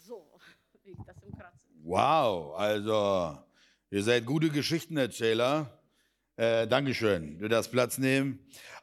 so, wie ich das im Kratzen. Wow, also ihr seid gute Geschichtenerzähler. Dankeschön, du darfst Platz nehmen.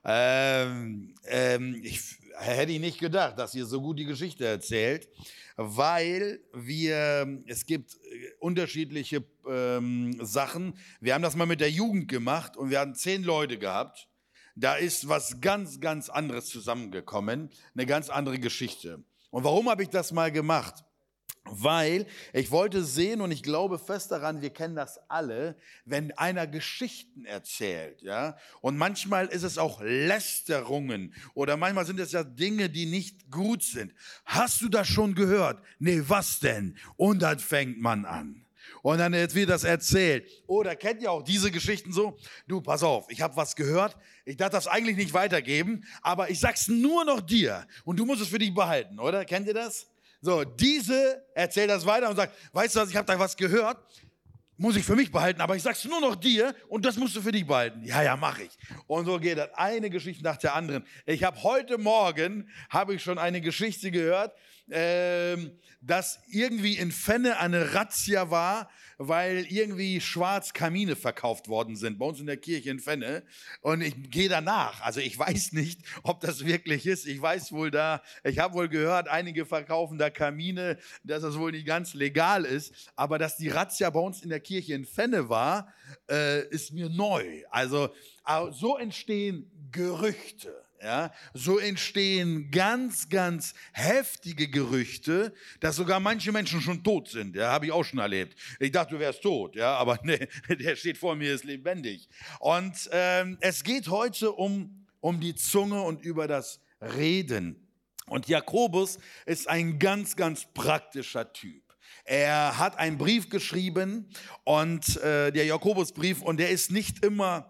Ich hätte nicht gedacht, dass ihr so gut die Geschichte erzählt, weil es gibt unterschiedliche Sachen. Wir haben das mal mit der Jugend gemacht und wir hatten 10 Leute gehabt. Da ist was ganz, ganz anderes zusammengekommen, eine ganz andere Geschichte. Und warum habe ich das mal gemacht? Weil ich wollte sehen, und ich glaube fest daran, wir kennen das alle, wenn einer Geschichten erzählt, ja. Und manchmal ist es auch Lästerungen oder manchmal sind es ja Dinge, die nicht gut sind. Hast du das schon gehört? Nee, was denn? Und dann fängt man an. Und dann wird das erzählt. Oder kennt ihr auch diese Geschichten so? Du, pass auf, ich habe was gehört. Ich darf das eigentlich nicht weitergeben, aber ich sag's nur noch dir. Und du musst es für dich behalten, oder? Kennt ihr das? So, diese erzählt das weiter und sagt, weißt du was, ich habe da was gehört, muss ich für mich behalten, aber ich sag's nur noch dir und das musst du für dich behalten. Ja, mache ich. Und so geht das, eine Geschichte nach der anderen. Ich habe heute Morgen, schon eine Geschichte gehört, dass irgendwie in Fenne eine Razzia war, weil irgendwie schwarz Kamine verkauft worden sind, bei uns in der Kirche in Fenne. Und ich gehe danach. Also ich weiß nicht, ob das wirklich ist. Ich habe wohl gehört, einige verkaufen da Kamine, dass das wohl nicht ganz legal ist. Aber dass die Razzia bei uns in der Kirche in Fenne war, ist mir neu. Also so entstehen Gerüchte. Ja, so entstehen ganz, ganz heftige Gerüchte, dass sogar manche Menschen schon tot sind. Ja, habe ich auch schon erlebt. Ich dachte, du wärst tot, ja, aber nee, der steht vor mir, ist lebendig. Und es geht heute um die Zunge und über das Reden. Und Jakobus ist ein ganz, ganz praktischer Typ. Er hat einen Brief geschrieben und der Jakobusbrief, und der ist nicht immer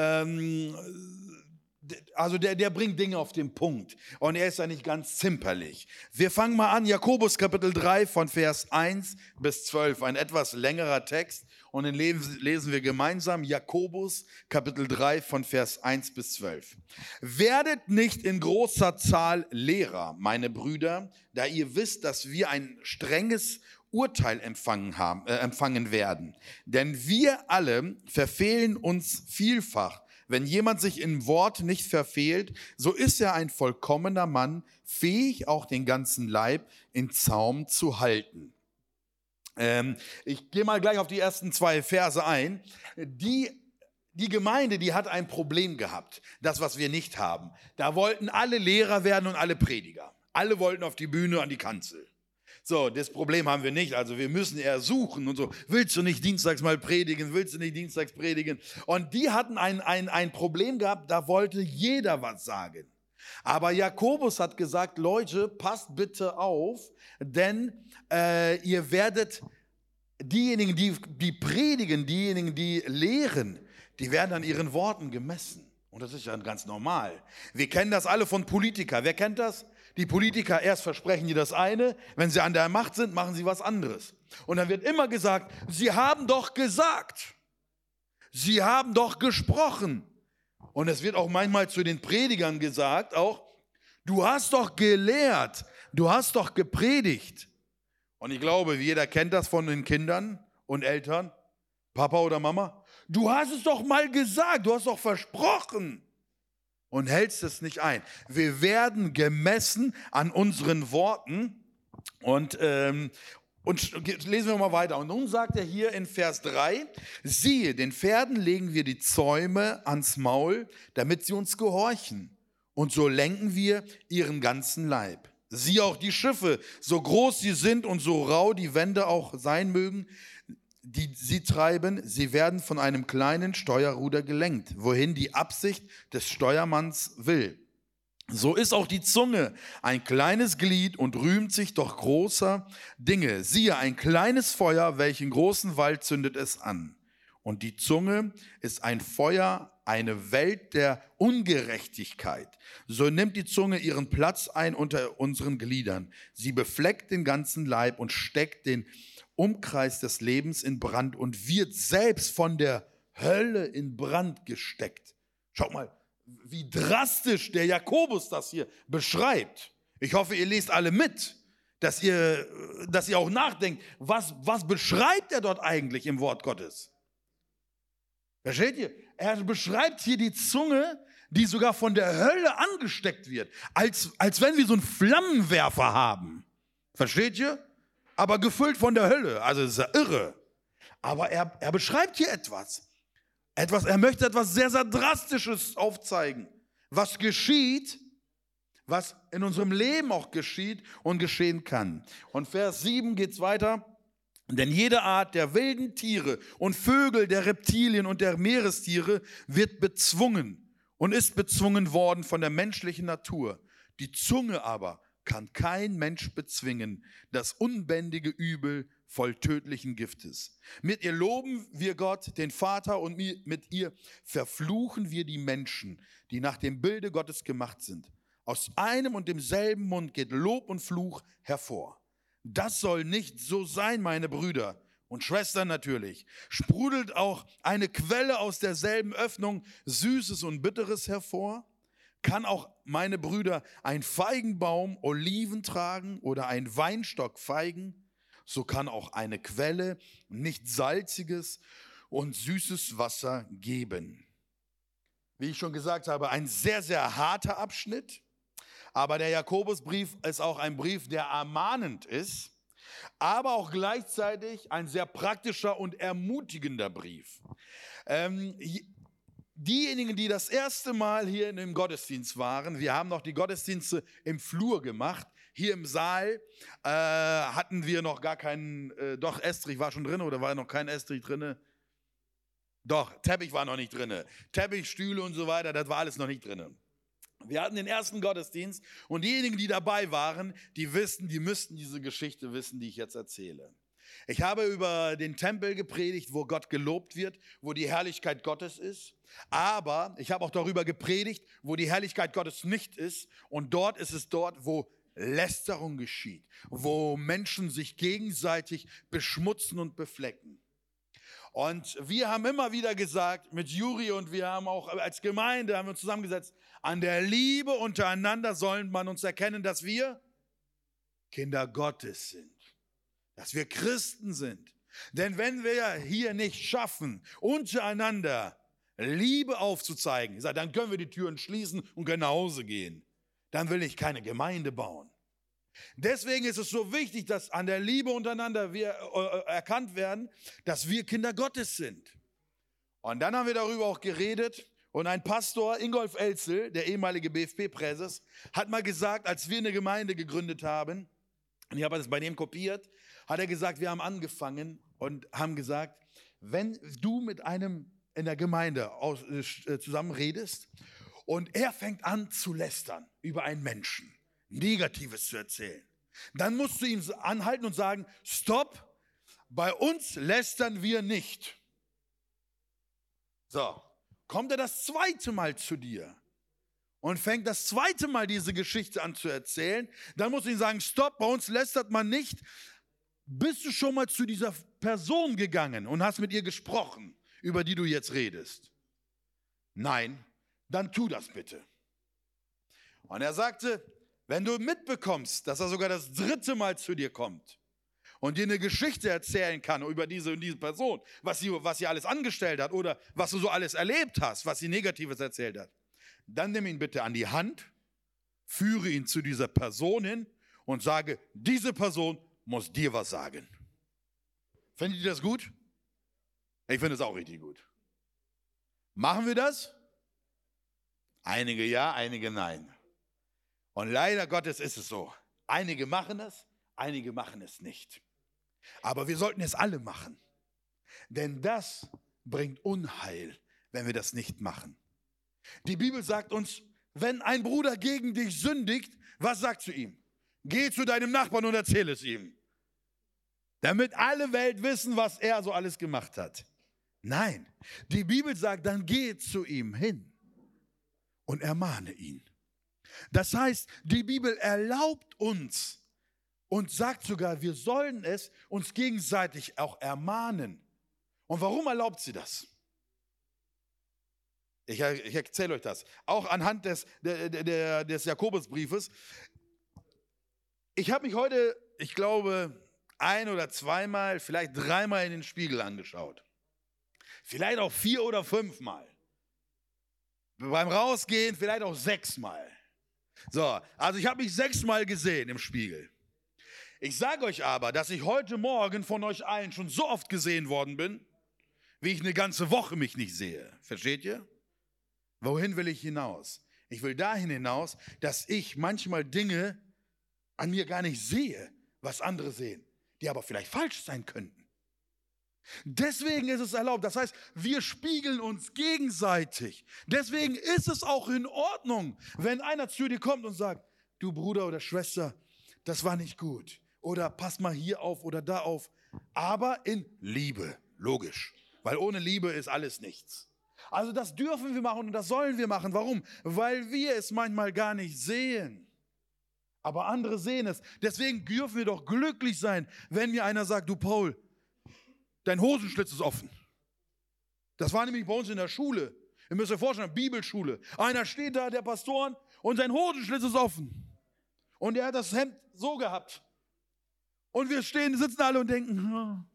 also der bringt Dinge auf den Punkt und er ist ja nicht ganz zimperlich. Wir fangen mal an, Jakobus Kapitel 3 von Vers 1 bis 12, ein etwas längerer Text, und den lesen wir gemeinsam. Jakobus Kapitel 3 von Vers 1 bis 12. Werdet nicht in großer Zahl Lehrer, meine Brüder, da ihr wisst, dass wir ein strenges Urteil empfangen werden. Denn wir alle verfehlen uns vielfach. Wenn jemand sich im Wort nicht verfehlt, so ist er ein vollkommener Mann, fähig auch den ganzen Leib in Zaum zu halten. Ich gehe mal gleich auf die ersten 2 Verse ein. Die Gemeinde, die hat ein Problem gehabt, das, was wir nicht haben. Da wollten alle Lehrer werden und alle Prediger. Alle wollten auf die Bühne, an die Kanzel. So, das Problem haben wir nicht, also wir müssen eher suchen und so. Willst du nicht dienstags mal predigen? Willst du nicht dienstags predigen? Und die hatten ein Problem gehabt, da wollte jeder was sagen. Aber Jakobus hat gesagt, Leute, passt bitte auf, denn ihr werdet diejenigen, die predigen, diejenigen, die lehren, die werden an ihren Worten gemessen. Und das ist ja ganz normal. Wir kennen das alle von Politikern. Wer kennt das? Die Politiker, erst versprechen die das eine, wenn sie an der Macht sind, machen sie was anderes. Und dann wird immer gesagt, sie haben doch gesagt, sie haben doch gesprochen. Und es wird auch manchmal zu den Predigern gesagt, auch, du hast doch gelehrt, du hast doch gepredigt. Und ich glaube, jeder kennt das von den Kindern und Eltern, Papa oder Mama. Du hast es doch mal gesagt, du hast doch versprochen. Und hältst es nicht ein. Wir werden gemessen an unseren Worten. Und lesen wir mal weiter. Und nun sagt er hier in Vers 3, siehe, den Pferden legen wir die Zäume ans Maul, damit sie uns gehorchen. Und so lenken wir ihren ganzen Leib. Siehe auch die Schiffe, so groß sie sind und so rau die Wände auch sein mögen, die sie treiben, sie werden von einem kleinen Steuerruder gelenkt, wohin die Absicht des Steuermanns will. So ist auch die Zunge ein kleines Glied und rühmt sich doch großer Dinge. Siehe, ein kleines Feuer, welchen großen Wald zündet es an. Und die Zunge ist ein Feuer, eine Welt der Ungerechtigkeit. So nimmt die Zunge ihren Platz ein unter unseren Gliedern. Sie befleckt den ganzen Leib und steckt den Umkreis des Lebens in Brand und wird selbst von der Hölle in Brand gesteckt. Schaut mal, wie drastisch der Jakobus das hier beschreibt. Ich hoffe, ihr lest alle mit. dass ihr auch nachdenkt, was beschreibt er dort eigentlich im Wort Gottes? Versteht ihr? Er beschreibt hier die Zunge, die sogar von der Hölle angesteckt wird, als wenn wir so einen Flammenwerfer haben. Versteht ihr? Aber gefüllt von der Hölle, also das ist ja irre. Aber er beschreibt hier etwas. Er möchte etwas sehr, sehr Drastisches aufzeigen. Was geschieht, was in unserem Leben auch geschieht und geschehen kann. Und Vers 7 geht es weiter. Denn jede Art der wilden Tiere und Vögel, der Reptilien und der Meerestiere wird bezwungen und ist bezwungen worden von der menschlichen Natur. Die Zunge aber kann kein Mensch bezwingen, das unbändige Übel voll tödlichen Giftes. Mit ihr loben wir Gott, den Vater, und mit ihr verfluchen wir die Menschen, die nach dem Bilde Gottes gemacht sind. Aus einem und demselben Mund geht Lob und Fluch hervor. Das soll nicht so sein, meine Brüder und Schwestern natürlich. Sprudelt auch eine Quelle aus derselben Öffnung Süßes und Bitteres hervor? Kann auch, meine Brüder, ein Feigenbaum Oliven tragen oder ein Weinstock Feigen? So kann auch eine Quelle nicht salziges und süßes Wasser geben. Wie ich schon gesagt habe, ein sehr, sehr harter Abschnitt. Aber der Jakobusbrief ist auch ein Brief, der ermahnend ist, aber auch gleichzeitig ein sehr praktischer und ermutigender Brief. Diejenigen, die das erste Mal hier in dem Gottesdienst waren, wir haben noch die Gottesdienste im Flur gemacht. Hier im Saal hatten wir noch gar keinen, doch Estrich war schon drin oder war noch kein Estrich drin? Doch, Teppich war noch nicht drin. Teppich, Stühle und so weiter, das war alles noch nicht drin. Wir hatten den ersten Gottesdienst und diejenigen, die dabei waren, die müssten diese Geschichte wissen, die ich jetzt erzähle. Ich habe über den Tempel gepredigt, wo Gott gelobt wird, wo die Herrlichkeit Gottes ist. Aber ich habe auch darüber gepredigt, wo die Herrlichkeit Gottes nicht ist. Und dort ist es dort, wo Lästerung geschieht, wo Menschen sich gegenseitig beschmutzen und beflecken. Und wir haben immer wieder gesagt, mit Juri und wir haben auch als Gemeinde, haben wir uns zusammengesetzt, an der Liebe untereinander soll man uns erkennen, dass wir Kinder Gottes sind, dass wir Christen sind. Denn wenn wir hier nicht schaffen, untereinander Liebe aufzuzeigen, dann können wir die Türen schließen und können nach Hause gehen. Dann will ich keine Gemeinde bauen. Deswegen ist es so wichtig, dass an der Liebe untereinander wir erkannt werden, dass wir Kinder Gottes sind. Und dann haben wir darüber auch geredet. Und ein Pastor, Ingolf Elzel, der ehemalige BFP-Präses, hat mal gesagt, als wir eine Gemeinde gegründet haben, und ich habe das bei dem kopiert, hat er gesagt, wir haben angefangen und haben gesagt, wenn du mit einem in der Gemeinde zusammen redest und er fängt an zu lästern über einen Menschen, Negatives zu erzählen, dann musst du ihn anhalten und sagen, stopp, bei uns lästern wir nicht. So. Kommt er das zweite Mal zu dir und fängt das zweite Mal diese Geschichte an zu erzählen, dann musst du ihm sagen, stopp, bei uns lästert man nicht. Bist du schon mal zu dieser Person gegangen und hast mit ihr gesprochen, über die du jetzt redest? Nein, dann tu das bitte. Und er sagte, wenn du mitbekommst, dass er sogar das dritte Mal zu dir kommt und dir eine Geschichte erzählen kann über diese und diese Person, was sie alles angestellt hat oder was du so alles erlebt hast, was sie Negatives erzählt hat, dann nimm ihn bitte an die Hand, führe ihn zu dieser Person hin und sage, diese Person muss dir was sagen. Findet ihr das gut? Ich finde es auch richtig gut. Machen wir das? Einige ja, einige nein. Und leider Gottes ist es so. Einige machen es, einige machen es nicht. Aber wir sollten es alle machen. Denn das bringt Unheil, wenn wir das nicht machen. Die Bibel sagt uns, wenn ein Bruder gegen dich sündigt, was sagst du ihm? Geh zu deinem Nachbarn und erzähl es ihm. Damit alle Welt wissen, was er so alles gemacht hat. Nein, die Bibel sagt, dann geh zu ihm hin und ermahne ihn. Das heißt, die Bibel erlaubt uns und sagt sogar, wir sollen es uns gegenseitig auch ermahnen. Und warum erlaubt sie das? Ich erzähle euch das. Auch anhand des Jakobusbriefes. Ich habe mich heute ich glaube, ein- oder zweimal, vielleicht dreimal in den Spiegel angeschaut. Vielleicht auch 4 oder 5 Mal. Beim Rausgehen vielleicht auch 6 Mal. So, also ich habe mich 6 Mal gesehen im Spiegel. Ich sage euch aber, dass ich heute Morgen von euch allen schon so oft gesehen worden bin, wie ich eine ganze Woche mich nicht sehe. Versteht ihr? Wohin will ich hinaus? Ich will dahin hinaus, dass ich manchmal Dinge an mir gar nicht sehe, was andere sehen, die aber vielleicht falsch sein könnten. Deswegen ist es erlaubt. Das heißt, wir spiegeln uns gegenseitig. Deswegen ist es auch in Ordnung, wenn einer zu dir kommt und sagt, du Bruder oder Schwester, das war nicht gut. Oder pass mal hier auf oder da auf. Aber in Liebe, logisch. Weil ohne Liebe ist alles nichts. Also das dürfen wir machen und das sollen wir machen. Warum? Weil wir es manchmal gar nicht sehen. Aber andere sehen es. Deswegen dürfen wir doch glücklich sein, wenn mir einer sagt, du Paul, dein Hosenschlitz ist offen. Das war nämlich bei uns in der Schule. Ihr müsst euch vorstellen, Bibelschule. Einer steht da, der Pastoren, und sein Hosenschlitz ist offen. Und er hat das Hemd so gehabt. Und wir sitzen alle und denken,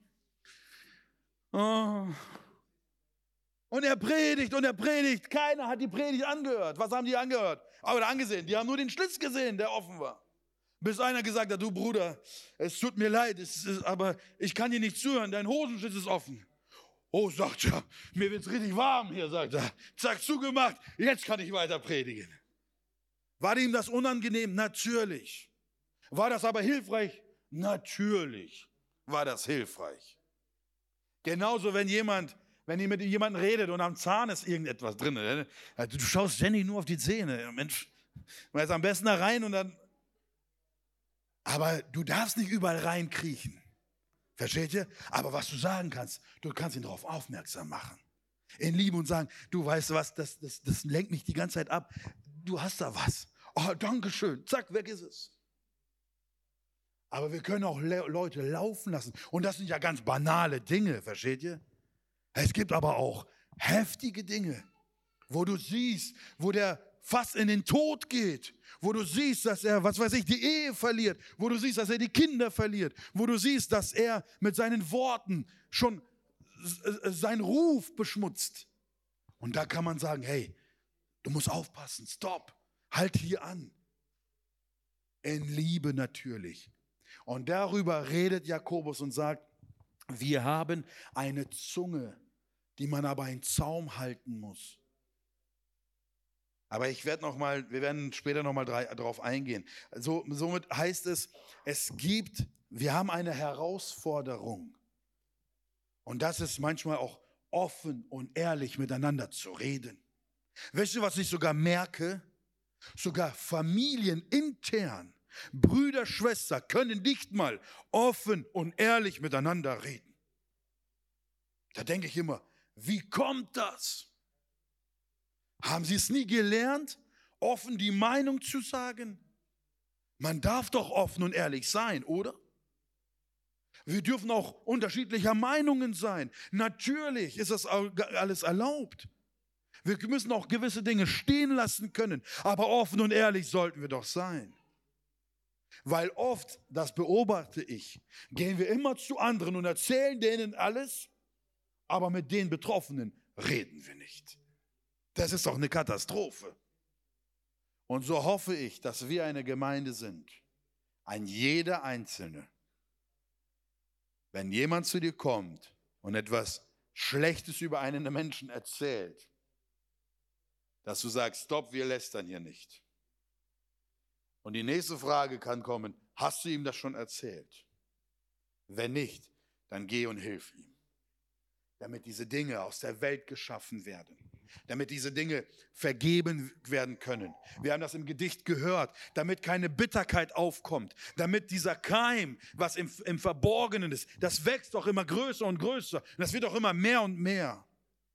oh. Und er predigt und er predigt. Keiner hat die Predigt angehört. Was haben die angehört? Oder angesehen. Die haben nur den Schlitz gesehen, der offen war. Bis einer gesagt hat, du Bruder, es tut mir leid, aber ich kann dir nicht zuhören, dein Hosenschlitz ist offen. Oh, sagt er, mir wird's richtig warm hier, sagt er. Zack, zugemacht, jetzt kann ich weiter predigen. War ihm das unangenehm? Natürlich. War das aber hilfreich? Natürlich war das hilfreich. Genauso, wenn ihr mit jemandem redet und am Zahn ist irgendetwas drin. Du schaust Jenny nur auf die Zähne. Mensch, man ist am besten da rein und dann... Aber du darfst nicht überall reinkriechen. Versteht ihr? Aber was du sagen kannst, du kannst ihn darauf aufmerksam machen. In Liebe und sagen, du weißt was, das lenkt mich die ganze Zeit ab. Du hast da was. Oh, danke schön. Zack, weg ist es. Aber wir können auch Leute laufen lassen. Und das sind ja ganz banale Dinge, versteht ihr? Es gibt aber auch heftige Dinge, wo du siehst, wo der fast in den Tod geht, wo du siehst, dass er, was weiß ich, die Ehe verliert, wo du siehst, dass er die Kinder verliert, wo du siehst, dass er mit seinen Worten schon seinen Ruf beschmutzt. Und da kann man sagen, hey, du musst aufpassen, stopp, halt hier an. In Liebe natürlich. Und darüber redet Jakobus und sagt, wir haben eine Zunge, die man aber in Zaum halten muss. Aber wir werden später nochmal darauf eingehen. Somit heißt es, wir haben eine Herausforderung. Und das ist manchmal auch offen und ehrlich miteinander zu reden. Wisst ihr, was ich sogar merke? Sogar familienintern, Brüder, Schwester können nicht mal offen und ehrlich miteinander reden. Da denke ich immer, wie kommt das? Haben Sie es nie gelernt, offen die Meinung zu sagen? Man darf doch offen und ehrlich sein, oder? Wir dürfen auch unterschiedlicher Meinungen sein. Natürlich ist das alles erlaubt. Wir müssen auch gewisse Dinge stehen lassen können. Aber offen und ehrlich sollten wir doch sein. Weil oft, das beobachte ich, gehen wir immer zu anderen und erzählen denen alles, aber mit den Betroffenen reden wir nicht. Das ist doch eine Katastrophe. Und so hoffe ich, dass wir eine Gemeinde sind. Ein jeder Einzelne. Wenn jemand zu dir kommt und etwas Schlechtes über einen Menschen erzählt, dass du sagst, stopp, wir lästern hier nicht. Und die nächste Frage kann kommen, hast du ihm das schon erzählt? Wenn nicht, dann geh und hilf ihm. Damit diese Dinge aus der Welt geschaffen werden. Damit diese Dinge vergeben werden können. Wir haben das im Gedicht gehört. Damit keine Bitterkeit aufkommt. Damit dieser Keim, was im Verborgenen ist, das wächst doch immer größer und größer. Und das wird doch immer mehr und mehr.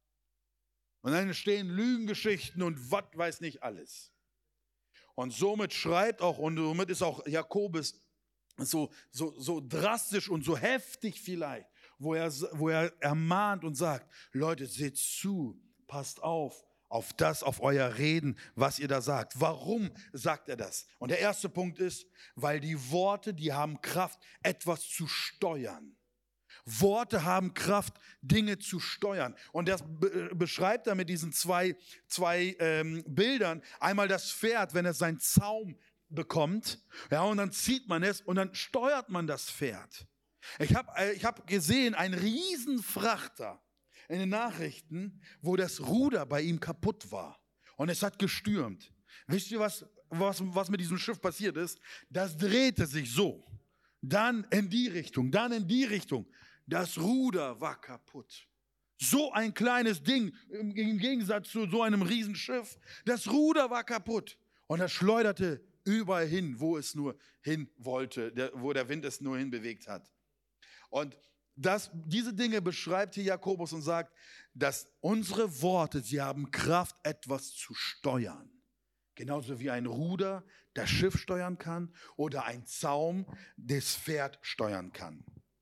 Und dann entstehen Lügengeschichten und was weiß nicht alles. Und somit schreibt auch, und somit ist auch Jakobus so drastisch und so heftig vielleicht, wo er ermahnt und sagt, Leute, seht zu, passt auf auf euer Reden, was ihr da sagt. Warum sagt er das? Und der erste Punkt ist, weil die Worte, die haben Kraft, etwas zu steuern. Worte haben Kraft, Dinge zu steuern. Und das beschreibt er mit diesen zwei Bildern. Einmal das Pferd, wenn es seinen Zaum bekommt, ja, und dann zieht man es und dann steuert man das Pferd. Ich hab gesehen, ein Riesenfrachter in den Nachrichten, wo das Ruder bei ihm kaputt war. Und es hat gestürmt. Wisst ihr, was mit diesem Schiff passiert ist? Das drehte sich so. Dann in die Richtung, dann in die Richtung. Das Ruder war kaputt. So ein kleines Ding, im Gegensatz zu so einem Riesenschiff. Das Ruder war kaputt. Und das schleuderte überall hin, wo es nur hin wollte, wo der Wind es nur hinbewegt hat. Und diese Dinge beschreibt hier Jakobus und sagt, dass unsere Worte, sie haben Kraft, etwas zu steuern. Genauso wie ein Ruder das Schiff steuern kann oder ein Zaum das Pferd steuern kann.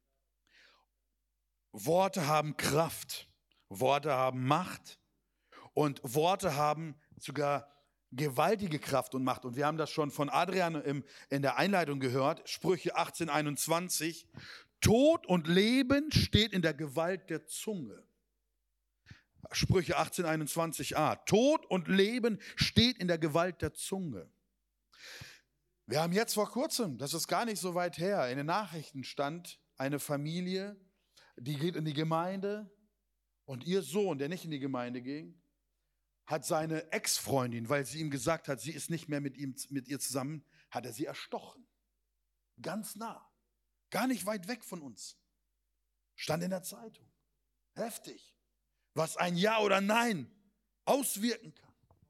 Worte haben Kraft, Worte haben Macht und Worte haben sogar gewaltige Kraft und Macht. Und wir haben das schon von Adrian in der Einleitung gehört, Sprüche 18,21. Tod und Leben steht in der Gewalt der Zunge. Sprüche 18,21a. Tod und Leben steht in der Gewalt der Zunge. Wir haben jetzt vor kurzem, das ist gar nicht so weit her, in den Nachrichten stand eine Familie, die geht in die Gemeinde und ihr Sohn, der nicht in die Gemeinde ging, hat seine Ex-Freundin, weil sie ihm gesagt hat, sie ist nicht mehr mit ihr zusammen, hat er sie erstochen. Ganz nah. Gar nicht weit weg von uns. Stand in der Zeitung. Heftig. Was ein Ja oder Nein auswirken kann.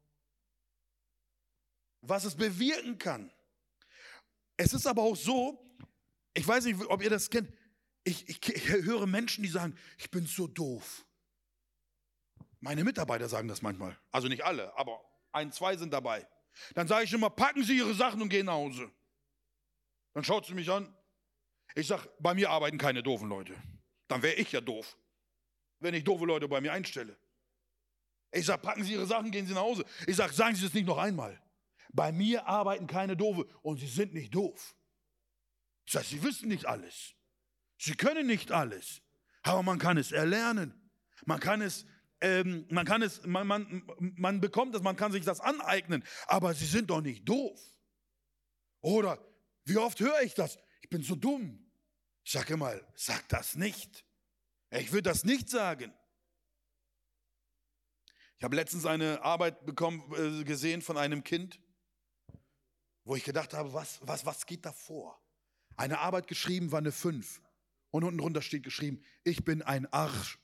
Was es bewirken kann. Es ist aber auch so, ich weiß nicht, ob ihr das kennt, ich höre Menschen, die sagen, ich bin so doof. Meine Mitarbeiter sagen das manchmal. Also nicht alle, aber 1, 2 sind dabei. Dann sage ich immer, packen Sie Ihre Sachen und gehen nach Hause. Dann schaut sie mich an. Ich sage, bei mir arbeiten keine doofen Leute. Dann wäre ich ja doof, wenn ich doofe Leute bei mir einstelle. Ich sage, packen Sie Ihre Sachen, gehen Sie nach Hause. Ich sage, sagen Sie das nicht noch einmal. Bei mir arbeiten keine Doofe und Sie sind nicht doof. Ich sage, Sie wissen nicht alles. Sie können nicht alles. Aber man kann es erlernen. Man bekommt es, man kann sich das aneignen. Aber Sie sind doch nicht doof. Oder, wie oft höre ich das? Ich bin so dumm. Ich sage immer, sag das nicht. Ich will das nicht sagen. Ich habe letztens eine Arbeit gesehen von einem Kind, wo ich gedacht habe, was geht da vor? Eine Arbeit geschrieben war eine 5. Und unten drunter steht geschrieben, ich bin ein Arsch.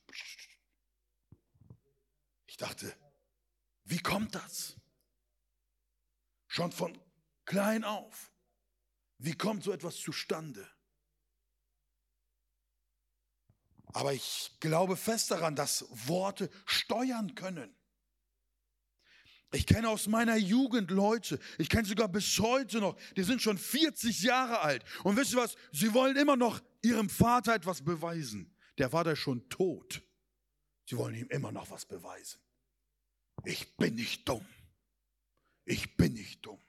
Ich dachte, wie kommt das? Schon von klein auf. Wie kommt so etwas zustande? Aber ich glaube fest daran, dass Worte steuern können. Ich kenne aus meiner Jugend Leute, ich kenne sogar bis heute noch, die sind schon 40 Jahre alt. Und wisst ihr was, sie wollen immer noch ihrem Vater etwas beweisen. Der Vater ist schon tot. Sie wollen ihm immer noch was beweisen. Ich bin nicht dumm. Ich bin nicht dumm.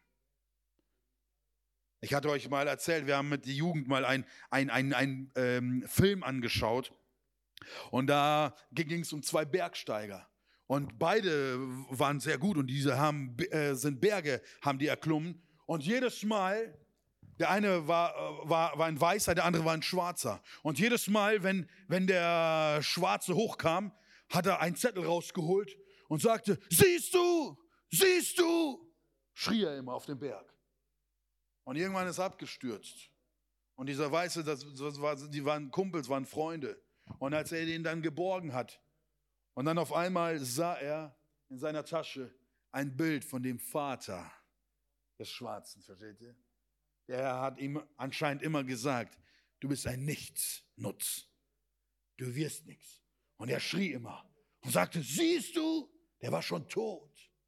Ich hatte euch mal erzählt, wir haben mit der Jugend mal einen Film angeschaut. Und da ging es um 2 Bergsteiger. Und beide waren sehr gut und diese haben die erklommen. Und jedes Mal, der eine war ein Weißer, der andere war ein Schwarzer. Und jedes Mal, wenn der Schwarze hochkam, hat er einen Zettel rausgeholt und sagte, siehst du, siehst du, schrie er immer auf den Berg. Und irgendwann ist er abgestürzt. Und dieser Weiße, die waren Kumpels, waren Freunde. Und als er den dann geborgen hat, und dann auf einmal sah er in seiner Tasche ein Bild von dem Vater des Schwarzen, versteht ihr? Der hat ihm anscheinend immer gesagt, du bist ein Nichtsnutz, du wirst nichts. Und er schrie immer und sagte, siehst du, der war schon tot.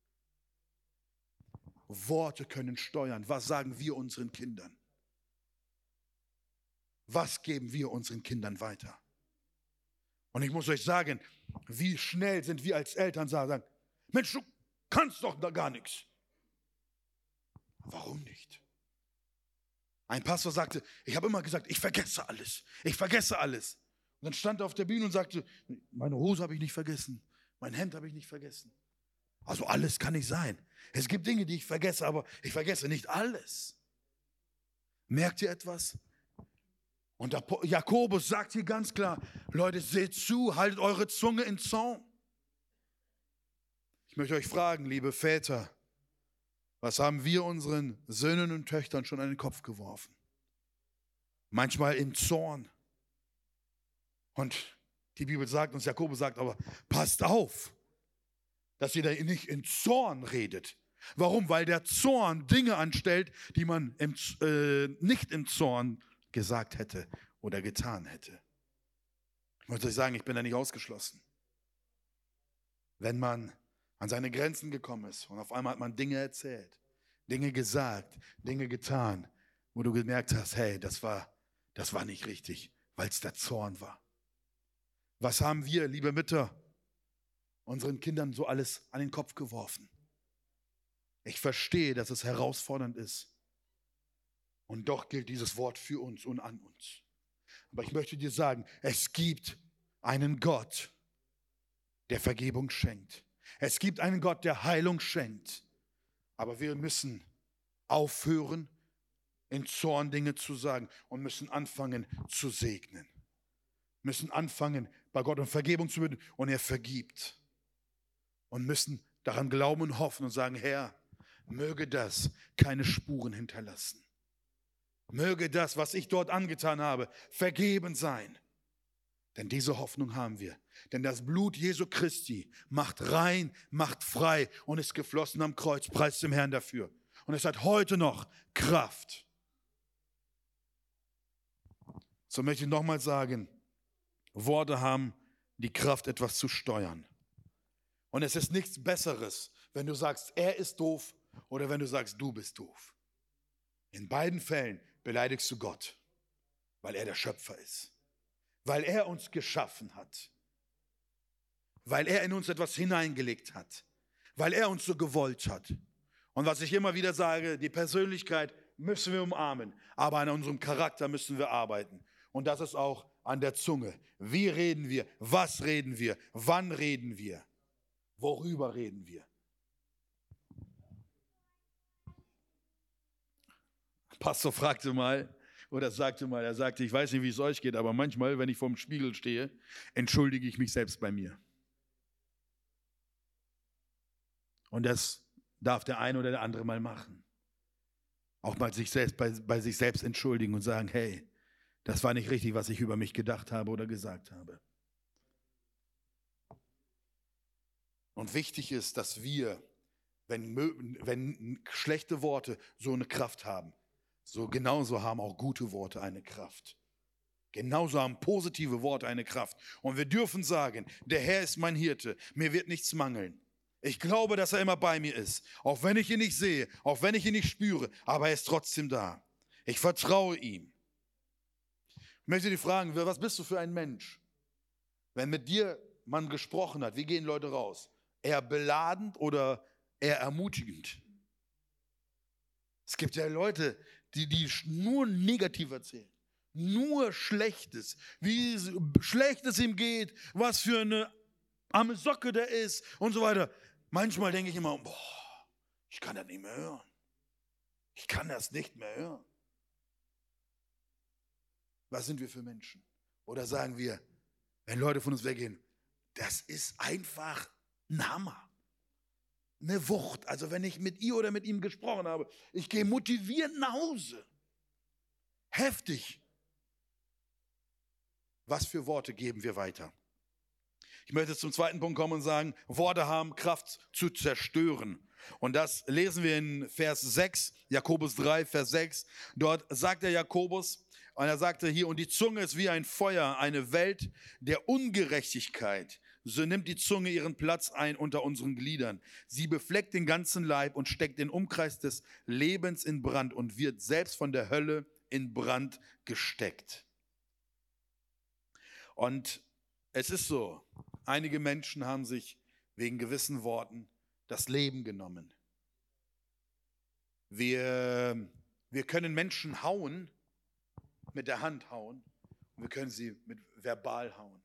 Worte können steuern. Was sagen wir unseren Kindern? Was geben wir unseren Kindern weiter? Und ich muss euch sagen, wie schnell sind wir als Eltern sagen, Mensch, du kannst doch da gar nichts. Warum nicht? Ein Pastor sagte, ich habe immer gesagt, ich vergesse alles. Ich vergesse alles. Und dann stand er auf der Bühne und sagte, meine Hose habe ich nicht vergessen. Mein Hemd habe ich nicht vergessen. Also alles kann nicht sein. Es gibt Dinge, die ich vergesse, aber ich vergesse nicht alles. Merkt ihr etwas? Und Jakobus sagt hier ganz klar, Leute, seht zu, haltet eure Zunge in Zaum. Ich möchte euch fragen, liebe Väter, was haben wir unseren Söhnen und Töchtern schon an den Kopf geworfen? Manchmal im Zorn. Und die Bibel sagt uns, Jakobus sagt aber, passt auf, dass ihr da nicht in Zorn redet. Warum? Weil der Zorn Dinge anstellt, die man nicht im Zorn gesagt hätte oder getan hätte. Ich möchte euch sagen, ich bin da nicht ausgeschlossen. Wenn man an seine Grenzen gekommen ist und auf einmal hat man Dinge erzählt, Dinge gesagt, Dinge getan, wo du gemerkt hast, hey, das war nicht richtig, weil es der Zorn war. Was haben wir, liebe Mütter, unseren Kindern so alles an den Kopf geworfen? Ich verstehe, dass es herausfordernd ist. Und doch gilt dieses Wort für uns und an uns. Aber ich möchte dir sagen, es gibt einen Gott, der Vergebung schenkt. Es gibt einen Gott, der Heilung schenkt. Aber wir müssen aufhören, in Zorn Dinge zu sagen und müssen anfangen zu segnen. Müssen anfangen, bei Gott um Vergebung zu bitten und er vergibt. Und müssen daran glauben und hoffen und sagen, Herr, möge das keine Spuren hinterlassen. Möge das, was ich dort angetan habe, vergeben sein. Denn diese Hoffnung haben wir. Denn das Blut Jesu Christi macht rein, macht frei und ist geflossen am Kreuz. Preis dem Herrn dafür. Und es hat heute noch Kraft. So möchte ich nochmal sagen, Worte haben die Kraft, etwas zu steuern. Und es ist nichts Besseres, wenn du sagst, er ist doof oder wenn du sagst, du bist doof. In beiden Fällen beleidigst du Gott, weil er der Schöpfer ist. Weil er uns geschaffen hat. Weil er in uns etwas hineingelegt hat. Weil er uns so gewollt hat. Und was ich immer wieder sage, die Persönlichkeit müssen wir umarmen, aber an unserem Charakter müssen wir arbeiten. Und das ist auch an der Zunge. Wie reden wir? Was reden wir? Wann reden wir? Worüber reden wir? Pastor fragte mal, oder sagte mal, er sagte, ich weiß nicht, wie es euch geht, aber manchmal, wenn ich vorm Spiegel stehe, entschuldige ich mich selbst bei mir. Und das darf der eine oder der andere mal machen. Auch mal sich selbst, bei sich selbst entschuldigen und sagen, hey, das war nicht richtig, was ich über mich gedacht habe oder gesagt habe. Und wichtig ist, dass wir, wenn schlechte Worte so eine Kraft haben, so genauso haben auch gute Worte eine Kraft. Genauso haben positive Worte eine Kraft. Und wir dürfen sagen, der Herr ist mein Hirte, mir wird nichts mangeln. Ich glaube, dass er immer bei mir ist, auch wenn ich ihn nicht sehe, auch wenn ich ihn nicht spüre, aber er ist trotzdem da. Ich vertraue ihm. Ich möchte dich fragen, was bist du für ein Mensch? Wenn mit dir man gesprochen hat, wie gehen Leute raus? Eher beladend oder eher ermutigend? Es gibt ja Leute, die nur negativ erzählen. Nur Schlechtes. Wie schlecht es ihm geht, was für eine arme Socke der ist und so weiter. Manchmal denke ich immer, boah, ich kann das nicht mehr hören. Ich kann das nicht mehr hören. Was sind wir für Menschen? Oder sagen wir, wenn Leute von uns weggehen, das ist einfach ein Hammer. Eine Wucht. Also wenn ich mit ihr oder mit ihm gesprochen habe, ich gehe motivierend nach Hause. Heftig. Was für Worte geben wir weiter? Ich möchte zum zweiten Punkt kommen und sagen, Worte haben Kraft zu zerstören. Und das lesen wir in Vers 6, Jakobus 3, Vers 6. Dort sagt der Jakobus, und er sagte hier, und die Zunge ist wie ein Feuer, eine Welt der Ungerechtigkeit. So nimmt die Zunge ihren Platz ein unter unseren Gliedern. Sie befleckt den ganzen Leib und steckt den Umkreis des Lebens in Brand und wird selbst von der Hölle in Brand gesteckt. Und es ist so, einige Menschen haben sich wegen gewissen Worten das Leben genommen. Wir können Menschen hauen, mit der Hand hauen, und wir können sie mit verbal hauen.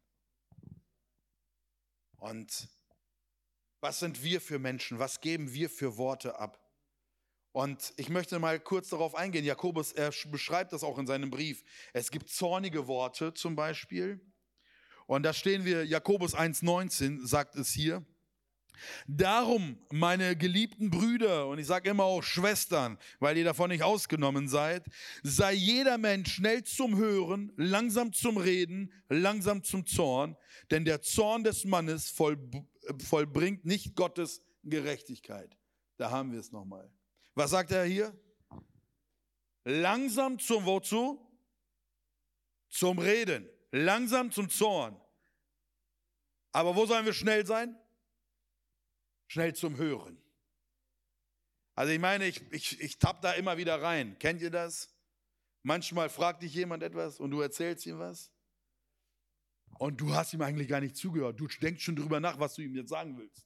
Und was sind wir für Menschen? Was geben wir für Worte ab? Und ich möchte mal kurz darauf eingehen. Jakobus, er beschreibt das auch in seinem Brief. Es gibt zornige Worte zum Beispiel. Und da stehen wir, Jakobus 1,19 sagt es hier. Darum, meine geliebten Brüder, und ich sage immer auch Schwestern, weil ihr davon nicht ausgenommen seid, sei jeder Mensch schnell zum Hören, langsam zum Reden, langsam zum Zorn, denn der Zorn des Mannes vollbringt nicht Gottes Gerechtigkeit. Da haben wir es nochmal. Was sagt er hier? Langsam zum wozu? Zum Reden, langsam zum Zorn. Aber wo sollen wir schnell sein? Schnell zum Hören. Also ich meine, ich tapp da immer wieder rein. Kennt ihr das? Manchmal fragt dich jemand etwas und du erzählst ihm was. Und du hast ihm eigentlich gar nicht zugehört. Du denkst schon drüber nach, was du ihm jetzt sagen willst.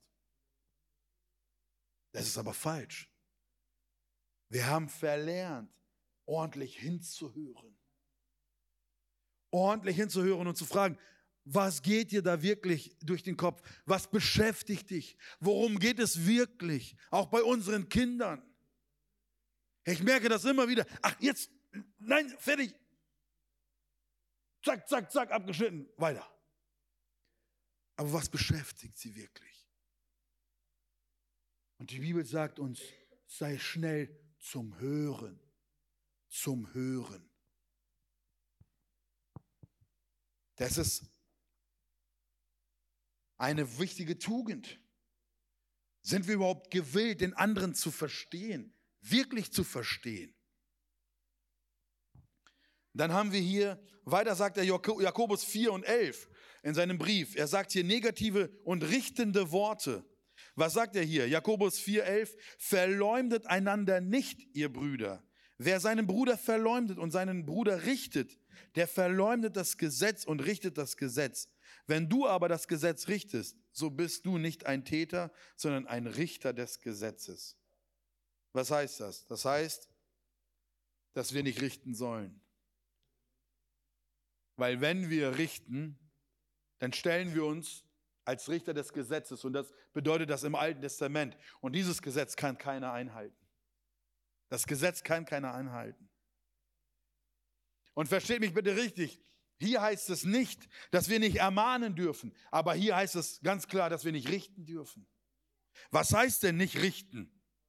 Das ist aber falsch. Wir haben verlernt, ordentlich hinzuhören. Ordentlich hinzuhören und zu fragen, was geht dir da wirklich durch den Kopf? Was beschäftigt dich? Worum geht es wirklich? Auch bei unseren Kindern. Ich merke das immer wieder. Ach, jetzt, nein, fertig. Zack, zack, zack, abgeschnitten. Weiter. Aber was beschäftigt sie wirklich? Und die Bibel sagt uns, sei schnell zum Hören. Zum Hören. Das ist eine wichtige Tugend. Sind wir überhaupt gewillt, den anderen zu verstehen, wirklich zu verstehen? Dann haben wir hier, weiter sagt er Jakobus 4:11 in seinem Brief. Er sagt hier negative und richtende Worte. Was sagt er hier? Jakobus 4:11, verleumdet einander nicht, ihr Brüder. Wer seinen Bruder verleumdet und seinen Bruder richtet, der verleumdet das Gesetz und richtet das Gesetz. Wenn du aber das Gesetz richtest, so bist du nicht ein Täter, sondern ein Richter des Gesetzes. Was heißt das? Das heißt, dass wir nicht richten sollen. Weil wenn wir richten, dann stellen wir uns als Richter des Gesetzes. Und das bedeutet das im Alten Testament. Und dieses Gesetz kann keiner einhalten. Das Gesetz kann keiner einhalten. Und versteht mich bitte richtig, hier heißt es nicht, dass wir nicht ermahnen dürfen, aber hier heißt es ganz klar, dass wir nicht richten dürfen. Was heißt denn nicht richten?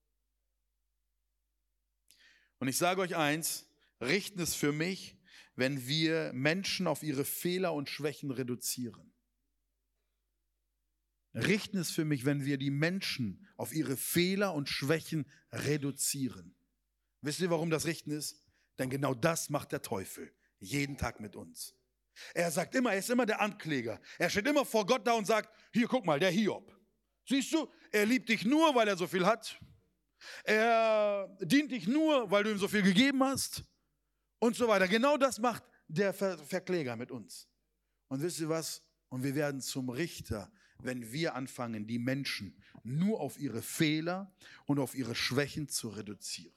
Und ich sage euch eins, richten ist für mich, wenn wir Menschen auf ihre Fehler und Schwächen reduzieren. Richten ist für mich, wenn wir die Menschen auf ihre Fehler und Schwächen reduzieren. Wisst ihr, warum das Richten ist? Denn genau das macht der Teufel jeden Tag mit uns. Er sagt immer, er ist immer der Ankläger. Er steht immer vor Gott da und sagt, hier, guck mal, der Hiob. Siehst du, er liebt dich nur, weil er so viel hat. Er dient dich nur, weil du ihm so viel gegeben hast. Und so weiter. Genau das macht der Verkläger mit uns. Und wisst ihr was? Und wir werden zum Richter, wenn wir anfangen, die Menschen nur auf ihre Fehler und auf ihre Schwächen zu reduzieren.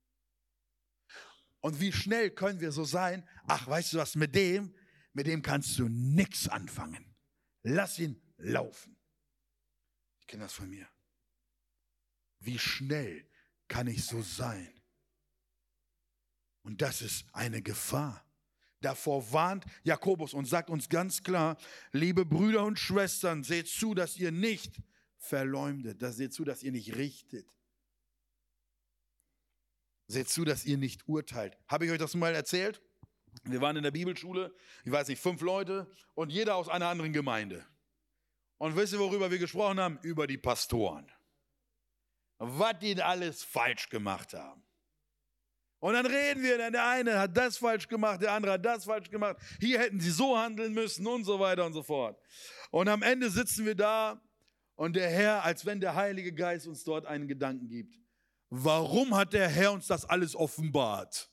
Und wie schnell können wir so sein, ach, weißt du was, mit dem kannst du nichts anfangen. Lass ihn laufen. Ich kenne das von mir. Wie schnell kann ich so sein? Und das ist eine Gefahr. Davor warnt Jakobus und sagt uns ganz klar, liebe Brüder und Schwestern, seht zu, dass ihr nicht verleumdet, seht zu, dass ihr nicht richtet. Seht zu, dass ihr nicht urteilt. Habe ich euch das mal erzählt? Wir waren in der Bibelschule, ich weiß nicht, 5 Leute und jeder aus einer anderen Gemeinde. Und wisst ihr, worüber wir gesprochen haben? Über die Pastoren. Was die alles falsch gemacht haben. Und dann reden wir, der eine hat das falsch gemacht, der andere hat das falsch gemacht. Hier hätten sie so handeln müssen und so weiter und so fort. Und am Ende sitzen wir da und der Herr, als wenn der Heilige Geist uns dort einen Gedanken gibt. Warum hat der Herr uns das alles offenbart?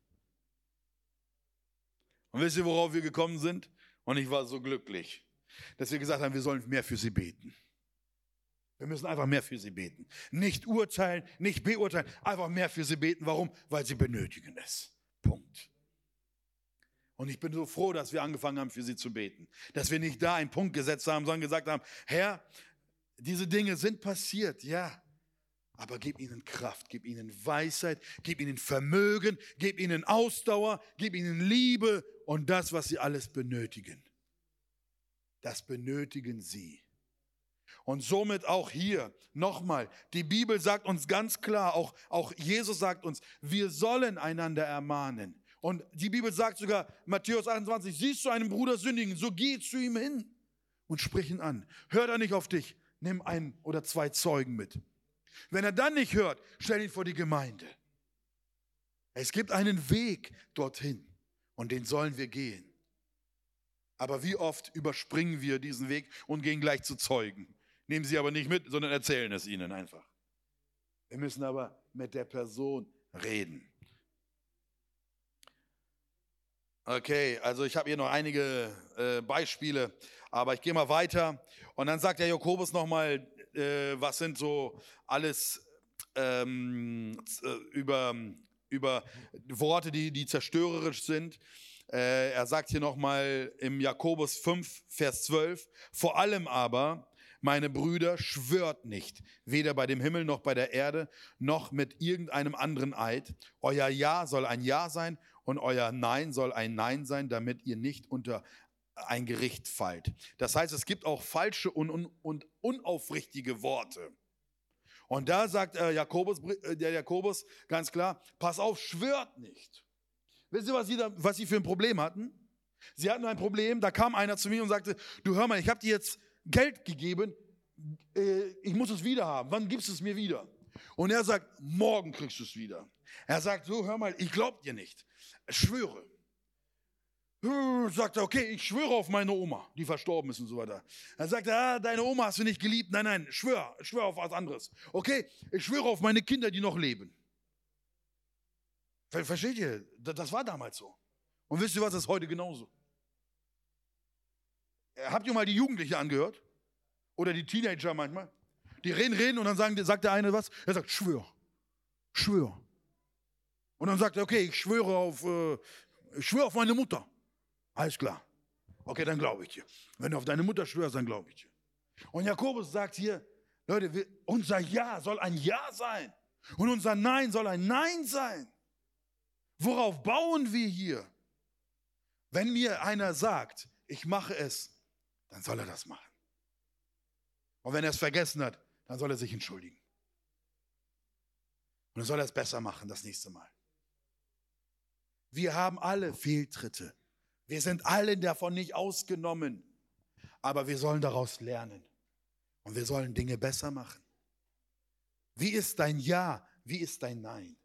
Und wisst ihr, worauf wir gekommen sind? Und ich war so glücklich, dass wir gesagt haben, wir sollen mehr für sie beten. Wir müssen einfach mehr für sie beten. Nicht urteilen, nicht beurteilen, einfach mehr für sie beten. Warum? Weil sie benötigen es. Punkt. Und ich bin so froh, dass wir angefangen haben, für sie zu beten. Dass wir nicht da einen Punkt gesetzt haben, sondern gesagt haben, Herr, diese Dinge sind passiert, ja. Aber gib ihnen Kraft, gib ihnen Weisheit, gib ihnen Vermögen, gib ihnen Ausdauer, gib ihnen Liebe und das, was sie alles benötigen. Das benötigen sie. Und somit auch hier, nochmal, die Bibel sagt uns ganz klar, auch Jesus sagt uns, wir sollen einander ermahnen. Und die Bibel sagt sogar, Matthäus 28, siehst du einen Bruder sündigen, so geh zu ihm hin und sprich ihn an. Hört er nicht auf dich, nimm 1 oder 2 Zeugen mit. Wenn er dann nicht hört, stell ihn vor die Gemeinde. Es gibt einen Weg dorthin und den sollen wir gehen. Aber wie oft überspringen wir diesen Weg und gehen gleich zu Zeugen. Nehmen sie aber nicht mit, sondern erzählen es ihnen einfach. Wir müssen aber mit der Person reden. Okay, also ich habe hier noch einige Beispiele, aber ich gehe mal weiter. Und dann sagt der Jakobus nochmal, was sind so alles über Worte, die zerstörerisch sind. Er sagt hier nochmal im Jakobus 5, Vers 12, vor allem aber, meine Brüder, schwört nicht, weder bei dem Himmel noch bei der Erde, noch mit irgendeinem anderen Eid. Euer Ja soll ein Ja sein und euer Nein soll ein Nein sein, damit ihr nicht unter ein Gericht fallt. Das heißt, es gibt auch falsche und unaufrichtige Worte. Und da sagt der Jakobus ganz klar, pass auf, schwört nicht. Wisst ihr, was sie für ein Problem hatten? Sie hatten ein Problem, da kam einer zu mir und sagte, du hör mal, ich habe dir jetzt Geld gegeben, ich muss es wieder haben, wann gibst du es mir wieder? Und er sagt, morgen kriegst du es wieder. Er sagt, so hör mal, ich glaub dir nicht, ich schwöre. Sagt er, okay, ich schwöre auf meine Oma, die verstorben ist und so weiter. Er sagt, deine Oma hast du nicht geliebt, nein, schwör auf was anderes. Okay, ich schwöre auf meine Kinder, die noch leben. Versteht ihr? Das war damals so. Und wisst ihr was, das ist heute genauso. Habt ihr mal die Jugendlichen angehört? Oder die Teenager manchmal? Die reden und dann sagt der eine was. Er sagt, schwör. Und dann sagt er, okay, ich schwöre auf meine Mutter. Alles klar. Okay, dann glaube ich dir. Wenn du auf deine Mutter schwörst, dann glaube ich dir. Und Jakobus sagt hier, Leute, unser Ja soll ein Ja sein. Und unser Nein soll ein Nein sein. Worauf bauen wir hier? Wenn mir einer sagt, ich mache es, dann soll er das machen. Und wenn er es vergessen hat, dann soll er sich entschuldigen. Und dann soll er es besser machen das nächste Mal. Wir haben alle Fehltritte. Wir sind alle davon nicht ausgenommen. Aber wir sollen daraus lernen. Und wir sollen Dinge besser machen. Wie ist dein Ja? Wie ist dein Nein?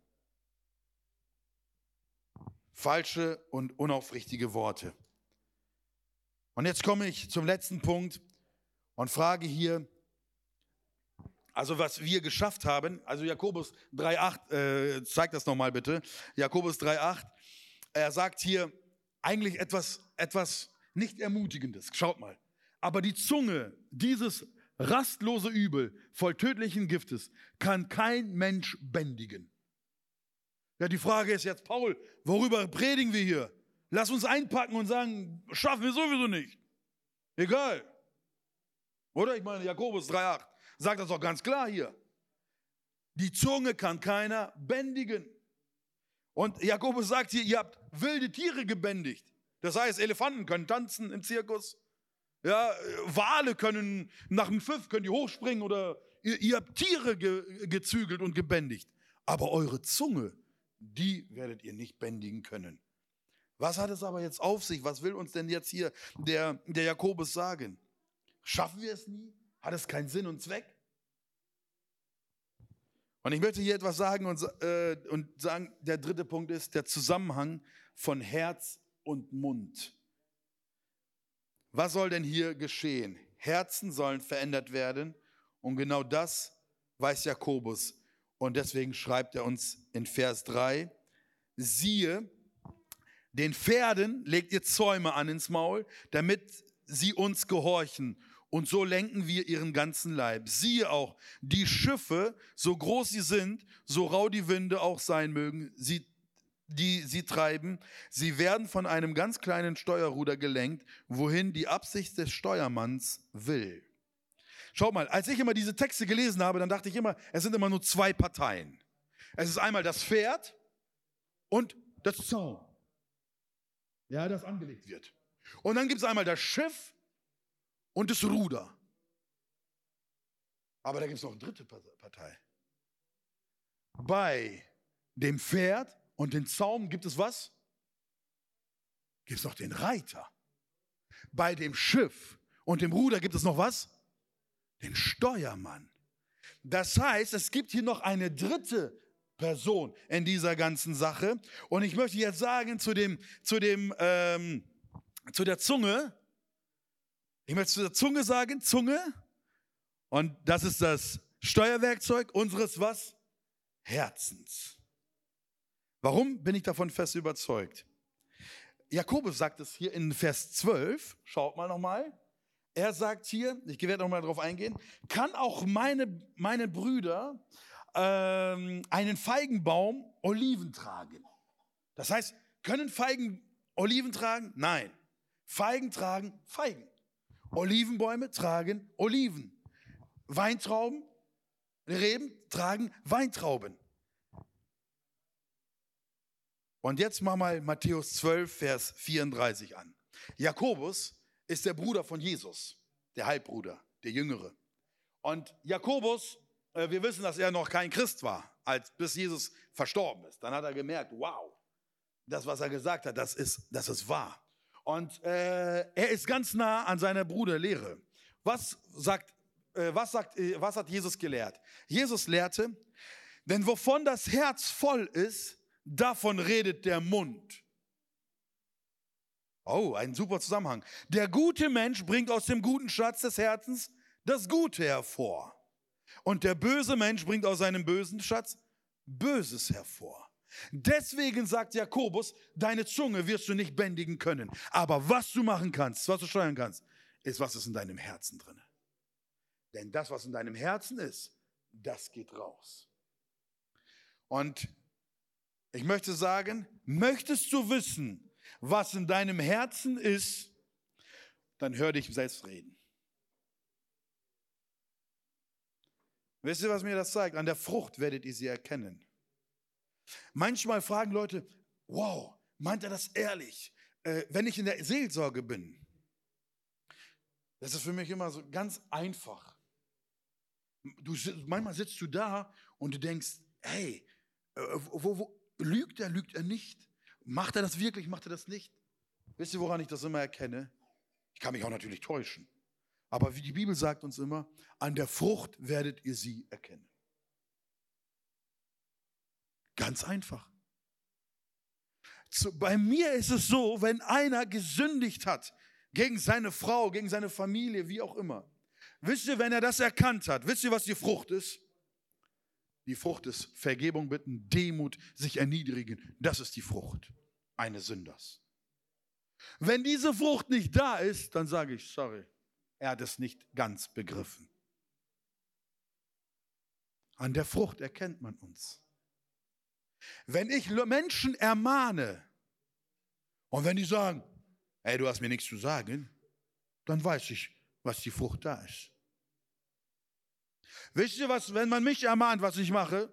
Falsche und unaufrichtige Worte. Und jetzt komme ich zum letzten Punkt und frage hier, also was wir geschafft haben, also Jakobus 3,8, zeig das nochmal bitte, Jakobus 3,8, er sagt hier eigentlich etwas nicht Ermutigendes, schaut mal. Aber die Zunge, dieses rastlose Übel voll tödlichen Giftes, kann kein Mensch bändigen. Ja, die Frage ist jetzt, Paul, worüber predigen wir hier? Lass uns einpacken und sagen, schaffen wir sowieso nicht. Egal. Oder? Ich meine, Jakobus 3,8 sagt das doch ganz klar hier. Die Zunge kann keiner bändigen. Und Jakobus sagt hier, ihr habt wilde Tiere gebändigt. Das heißt, Elefanten können tanzen im Zirkus. Ja, Wale können nach dem Pfiff können die hochspringen oder ihr habt Tiere gezügelt und gebändigt. Aber eure Zunge, die werdet ihr nicht bändigen können. Was hat es aber jetzt auf sich? Was will uns denn jetzt hier der Jakobus sagen? Schaffen wir es nie? Hat es keinen Sinn und Zweck? Und ich möchte hier etwas sagen und sagen, der dritte Punkt ist der Zusammenhang von Herz und Mund. Was soll denn hier geschehen? Herzen sollen verändert werden und genau das weiß Jakobus. Und deswegen schreibt er uns in Vers 3, siehe, den Pferden legt ihr Zäume an ins Maul, damit sie uns gehorchen und so lenken wir ihren ganzen Leib. Siehe auch, die Schiffe, so groß sie sind, so rau die Winde auch sein mögen, die sie treiben, sie werden von einem ganz kleinen Steuerruder gelenkt, wohin die Absicht des Steuermanns will. Schaut mal, als ich immer diese Texte gelesen habe, dann dachte ich immer, es sind immer nur zwei Parteien. Es ist einmal das Pferd und das Zaum, ja, das angelegt wird. Und dann gibt es einmal das Schiff und das Ruder. Aber da gibt es noch eine dritte Partei. Bei dem Pferd und dem Zaum gibt es was? Gibt es noch den Reiter. Bei dem Schiff und dem Ruder gibt es noch was? Den Steuermann. Das heißt, es gibt hier noch eine dritte Person in dieser ganzen Sache. Und ich möchte jetzt sagen zu der Zunge. Ich möchte zu der Zunge sagen, Zunge. Und das ist das Steuerwerkzeug unseres was? Herzens. Warum bin ich davon fest überzeugt? Jakobus sagt es hier in Vers 12. Schaut mal nochmal. Er sagt hier, ich werde nochmal darauf eingehen, kann auch meine Brüder einen Feigenbaum Oliven tragen? Das heißt, können Feigen Oliven tragen? Nein. Feigen tragen Feigen. Olivenbäume tragen Oliven. Weintrauben, Reben tragen Weintrauben. Und jetzt mach mal Matthäus 12, Vers 34 an. Jakobus ist der Bruder von Jesus, der Halbbruder, der Jüngere. Und Jakobus, wir wissen, dass er noch kein Christ war, bis Jesus verstorben ist. Dann hat er gemerkt, wow, das, was er gesagt hat, das ist wahr. Und er ist ganz nah an seiner Bruderlehre. Was hat Jesus gelehrt? Jesus lehrte, denn wovon das Herz voll ist, davon redet der Mund. Oh, ein super Zusammenhang. Der gute Mensch bringt aus dem guten Schatz des Herzens das Gute hervor. Und der böse Mensch bringt aus seinem bösen Schatz Böses hervor. Deswegen sagt Jakobus, deine Zunge wirst du nicht bändigen können. Aber was du machen kannst, was du steuern kannst, ist, was ist in deinem Herzen drin. Denn das, was in deinem Herzen ist, das geht raus. Und ich möchte sagen, möchtest du wissen, was in deinem Herzen ist, dann hör dich selbst reden. Wisst ihr, was mir das zeigt? An der Frucht werdet ihr sie erkennen. Manchmal fragen Leute, wow, meint er das ehrlich? Wenn ich in der Seelsorge bin, das ist für mich immer so ganz einfach. Manchmal sitzt du da und du denkst, hey, lügt er nicht? Macht er das wirklich, macht er das nicht? Wisst ihr, woran ich das immer erkenne? Ich kann mich auch natürlich täuschen. Aber wie die Bibel sagt uns immer, an der Frucht werdet ihr sie erkennen. Ganz einfach. Bei mir ist es so, wenn einer gesündigt hat, gegen seine Frau, gegen seine Familie, wie auch immer. Wisst ihr, wenn er das erkannt hat, wisst ihr, was die Frucht ist? Die Frucht ist Vergebung bitten, Demut, sich erniedrigen. Das ist die Frucht eines Sünders. Wenn diese Frucht nicht da ist, dann sage ich, sorry, er hat es nicht ganz begriffen. An der Frucht erkennt man uns. Wenn ich Menschen ermahne und wenn die sagen, hey, du hast mir nichts zu sagen, dann weiß ich, was die Frucht da ist. Wisst ihr was, wenn man mich ermahnt, was ich mache?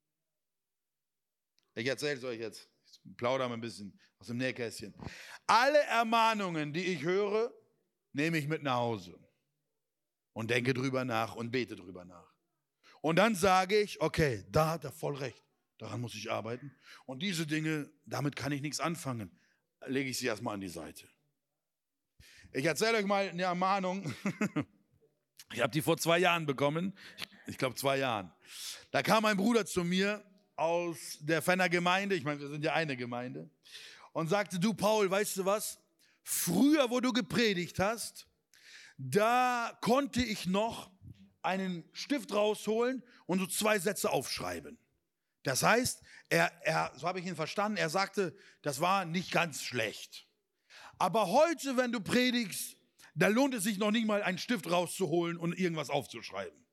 Ich erzähle es euch jetzt. Ich plaudere mal ein bisschen aus dem Nähkästchen. Alle Ermahnungen, die ich höre, nehme ich mit nach Hause und denke drüber nach und bete drüber nach. Und dann sage ich, okay, da hat er voll recht. Daran muss ich arbeiten. Und diese Dinge, damit kann ich nichts anfangen. Lege ich sie erstmal an die Seite. Ich erzähle euch mal eine Ermahnung. Ich habe die vor 2 Jahren bekommen. Ich glaube 2 Jahren. Da kam ein Bruder zu mir aus der Fenner Gemeinde. Ich meine, wir sind ja eine Gemeinde. Und sagte, du Paul, weißt du was? Früher, wo du gepredigt hast, da konnte ich noch einen Stift rausholen und so 2 Sätze aufschreiben. Das heißt, so habe ich ihn verstanden, er sagte, das war nicht ganz schlecht. Aber heute, wenn du predigst, Da lohnt es sich noch nicht mal, einen Stift rauszuholen und irgendwas aufzuschreiben.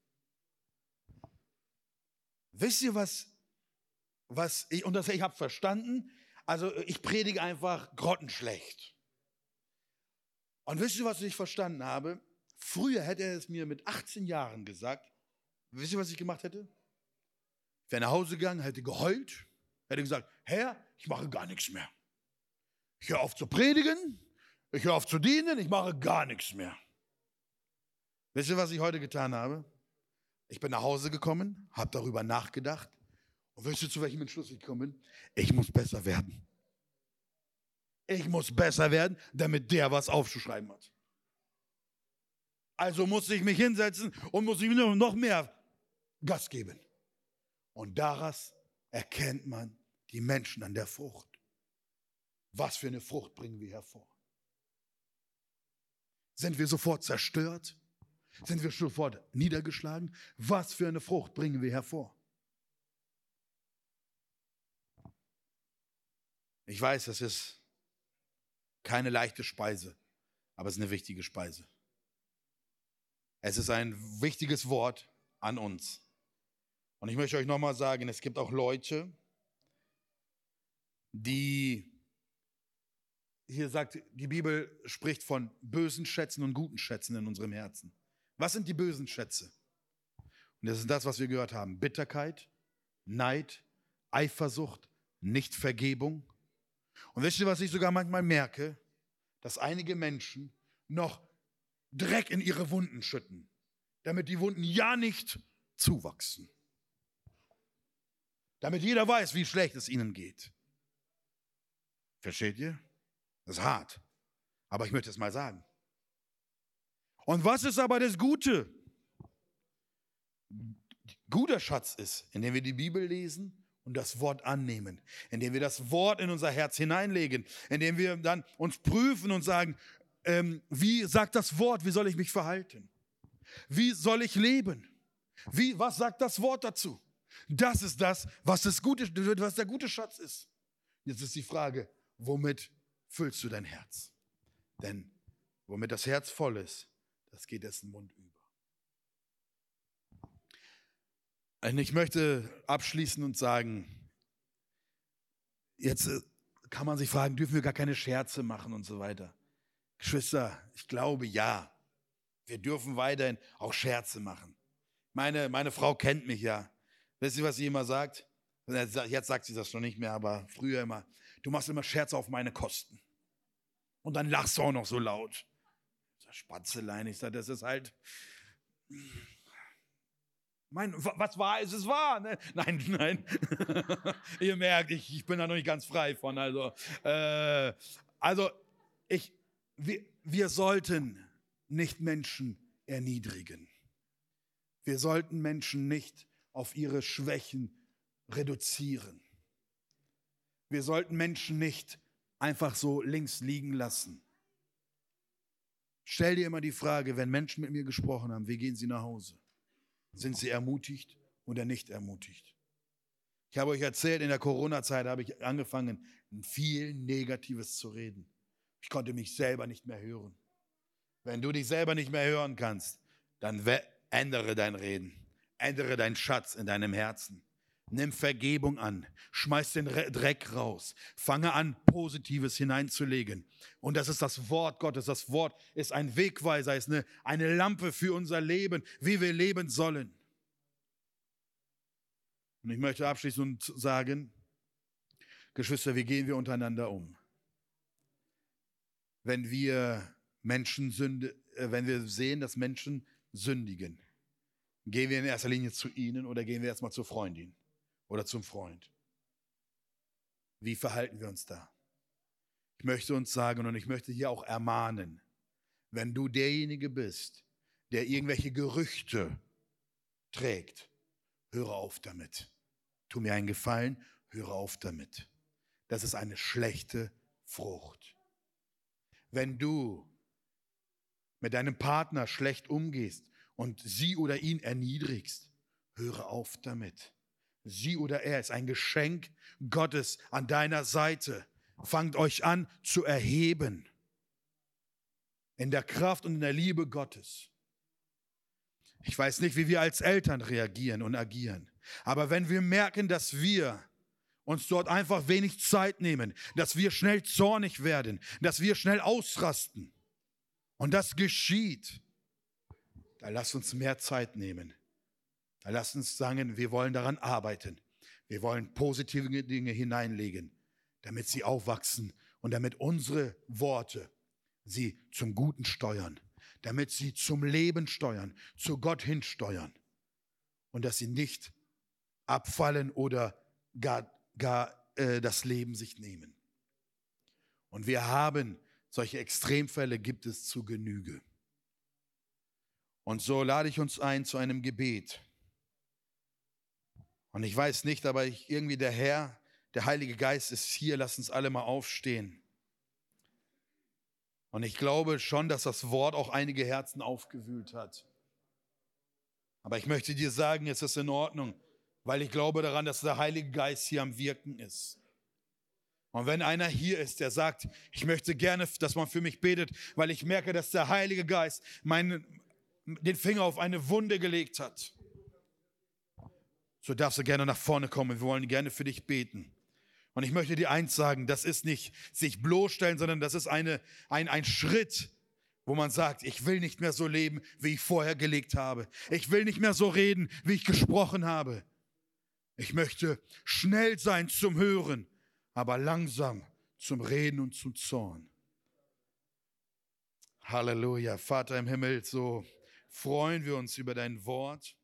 Wisst ihr, ich habe verstanden, also ich predige einfach grottenschlecht. Und wisst ihr, was ich verstanden habe? Früher hätte er es mir mit 18 Jahren gesagt. Wisst ihr, was ich gemacht hätte? Ich wäre nach Hause gegangen, hätte geheult, hätte gesagt, Herr, ich mache gar nichts mehr. Ich höre auf zu predigen, ich höre auf zu dienen, ich mache gar nichts mehr. Wisst ihr, was ich heute getan habe? Ich bin nach Hause gekommen, habe darüber nachgedacht und wisst ihr, zu welchem Entschluss ich gekommen bin? Ich muss besser werden. Ich muss besser werden, damit der was aufzuschreiben hat. Also muss ich mich hinsetzen und muss ich noch mehr Gas geben. Und daraus erkennt man die Menschen an der Frucht. Was für eine Frucht bringen wir hervor? Sind wir sofort zerstört? Sind wir sofort niedergeschlagen? Was für eine Frucht bringen wir hervor? Ich weiß, das ist keine leichte Speise, aber es ist eine wichtige Speise. Es ist ein wichtiges Wort an uns. Und ich möchte euch nochmal sagen, es gibt auch Leute, die, hier sagt, die Bibel spricht von bösen Schätzen und guten Schätzen in unserem Herzen. Was sind die bösen Schätze? Und das ist das, was wir gehört haben. Bitterkeit, Neid, Eifersucht, Nichtvergebung. Und wisst ihr, was ich sogar manchmal merke? Dass einige Menschen noch Dreck in ihre Wunden schütten, damit die Wunden ja nicht zuwachsen. Damit jeder weiß, wie schlecht es ihnen geht. Versteht ihr? Das ist hart. Aber ich möchte es mal sagen. Und was ist aber das Gute? Guter Schatz ist, indem wir die Bibel lesen und das Wort annehmen, indem wir das Wort in unser Herz hineinlegen, indem wir dann uns prüfen und sagen, wie sagt das Wort, wie soll ich mich verhalten? Wie soll ich leben? Was sagt das Wort dazu? Das ist das, was der gute Schatz ist. Jetzt ist die Frage, womit füllst du dein Herz? Denn womit das Herz voll ist, das geht dessen Mund über. Und ich möchte abschließen und sagen, jetzt kann man sich fragen, dürfen wir gar keine Scherze machen und so weiter. Geschwister, ich glaube ja, wir dürfen weiterhin auch Scherze machen. Meine Frau kennt mich ja. Wisst ihr, was sie immer sagt? Jetzt sagt sie das schon nicht mehr, aber früher immer. Du machst immer Scherze auf meine Kosten. Und dann lachst du auch noch so laut. Spatzelein, ich sage, das ist halt... was wahr ist, ist wahr. Ne? Nein. Ihr merkt, ich bin da noch nicht ganz frei von. Wir sollten nicht Menschen erniedrigen. Wir sollten Menschen nicht auf ihre Schwächen reduzieren. Wir sollten Menschen nicht einfach so links liegen lassen. Stell dir immer die Frage, wenn Menschen mit mir gesprochen haben, wie gehen sie nach Hause? Sind sie ermutigt oder nicht ermutigt? Ich habe euch erzählt, in der Corona-Zeit habe ich angefangen, viel Negatives zu reden. Ich konnte mich selber nicht mehr hören. Wenn du dich selber nicht mehr hören kannst, dann ändere dein Reden. Ändere deinen Schatz in deinem Herzen. Nimm Vergebung an. Schmeiß den Dreck raus. Fange an, Positives hineinzulegen. Und das ist das Wort Gottes. Das Wort ist ein Wegweiser, ist eine Lampe für unser Leben, wie wir leben sollen. Und ich möchte abschließend sagen, Geschwister, wie gehen wir untereinander um? Wenn wir sehen, dass Menschen sündigen, gehen wir in erster Linie zu ihnen oder gehen wir erstmal zur Freundin oder zum Freund? Wie verhalten wir uns da? Ich möchte uns sagen und ich möchte hier auch ermahnen, wenn du derjenige bist, der irgendwelche Gerüchte trägt, höre auf damit. Tu mir einen Gefallen, höre auf damit. Das ist eine schlechte Frucht. Wenn du mit deinem Partner schlecht umgehst und sie oder ihn erniedrigst, höre auf damit. Sie oder er ist ein Geschenk Gottes an deiner Seite. Fangt euch an zu erheben. in der Kraft und in der Liebe Gottes. Ich weiß nicht, wie wir als Eltern reagieren und agieren. Aber wenn wir merken, dass wir uns dort einfach wenig Zeit nehmen, dass wir schnell zornig werden, dass wir schnell ausrasten und das geschieht, dann lasst uns mehr Zeit nehmen. Dann lasst uns sagen, wir wollen daran arbeiten. Wir wollen positive Dinge hineinlegen, damit sie aufwachsen und damit unsere Worte sie zum Guten steuern, damit sie zum Leben steuern, zu Gott hinsteuern und dass sie nicht abfallen oder gar das Leben sich nehmen. Und wir haben solche Extremfälle, gibt es zu Genüge. Und so lade ich uns ein zu einem Gebet. Und ich weiß nicht, aber irgendwie der Herr, der Heilige Geist ist hier. Lass uns alle mal aufstehen. Und ich glaube schon, dass das Wort auch einige Herzen aufgewühlt hat. Aber ich möchte dir sagen, es ist in Ordnung, weil ich glaube daran, dass der Heilige Geist hier am Wirken ist. Und wenn einer hier ist, der sagt, ich möchte gerne, dass man für mich betet, weil ich merke, dass der Heilige Geist den Finger auf eine Wunde gelegt hat, so darfst du gerne nach vorne kommen. Wir wollen gerne für dich beten. Und ich möchte dir eins sagen, das ist nicht sich bloßstellen, sondern das ist ein Schritt, wo man sagt, ich will nicht mehr so leben, wie ich vorher gelebt habe. Ich will nicht mehr so reden, wie ich gesprochen habe. Ich möchte schnell sein zum Hören, aber langsam zum Reden und zum Zorn. Halleluja. Vater im Himmel, so freuen wir uns über dein Wort.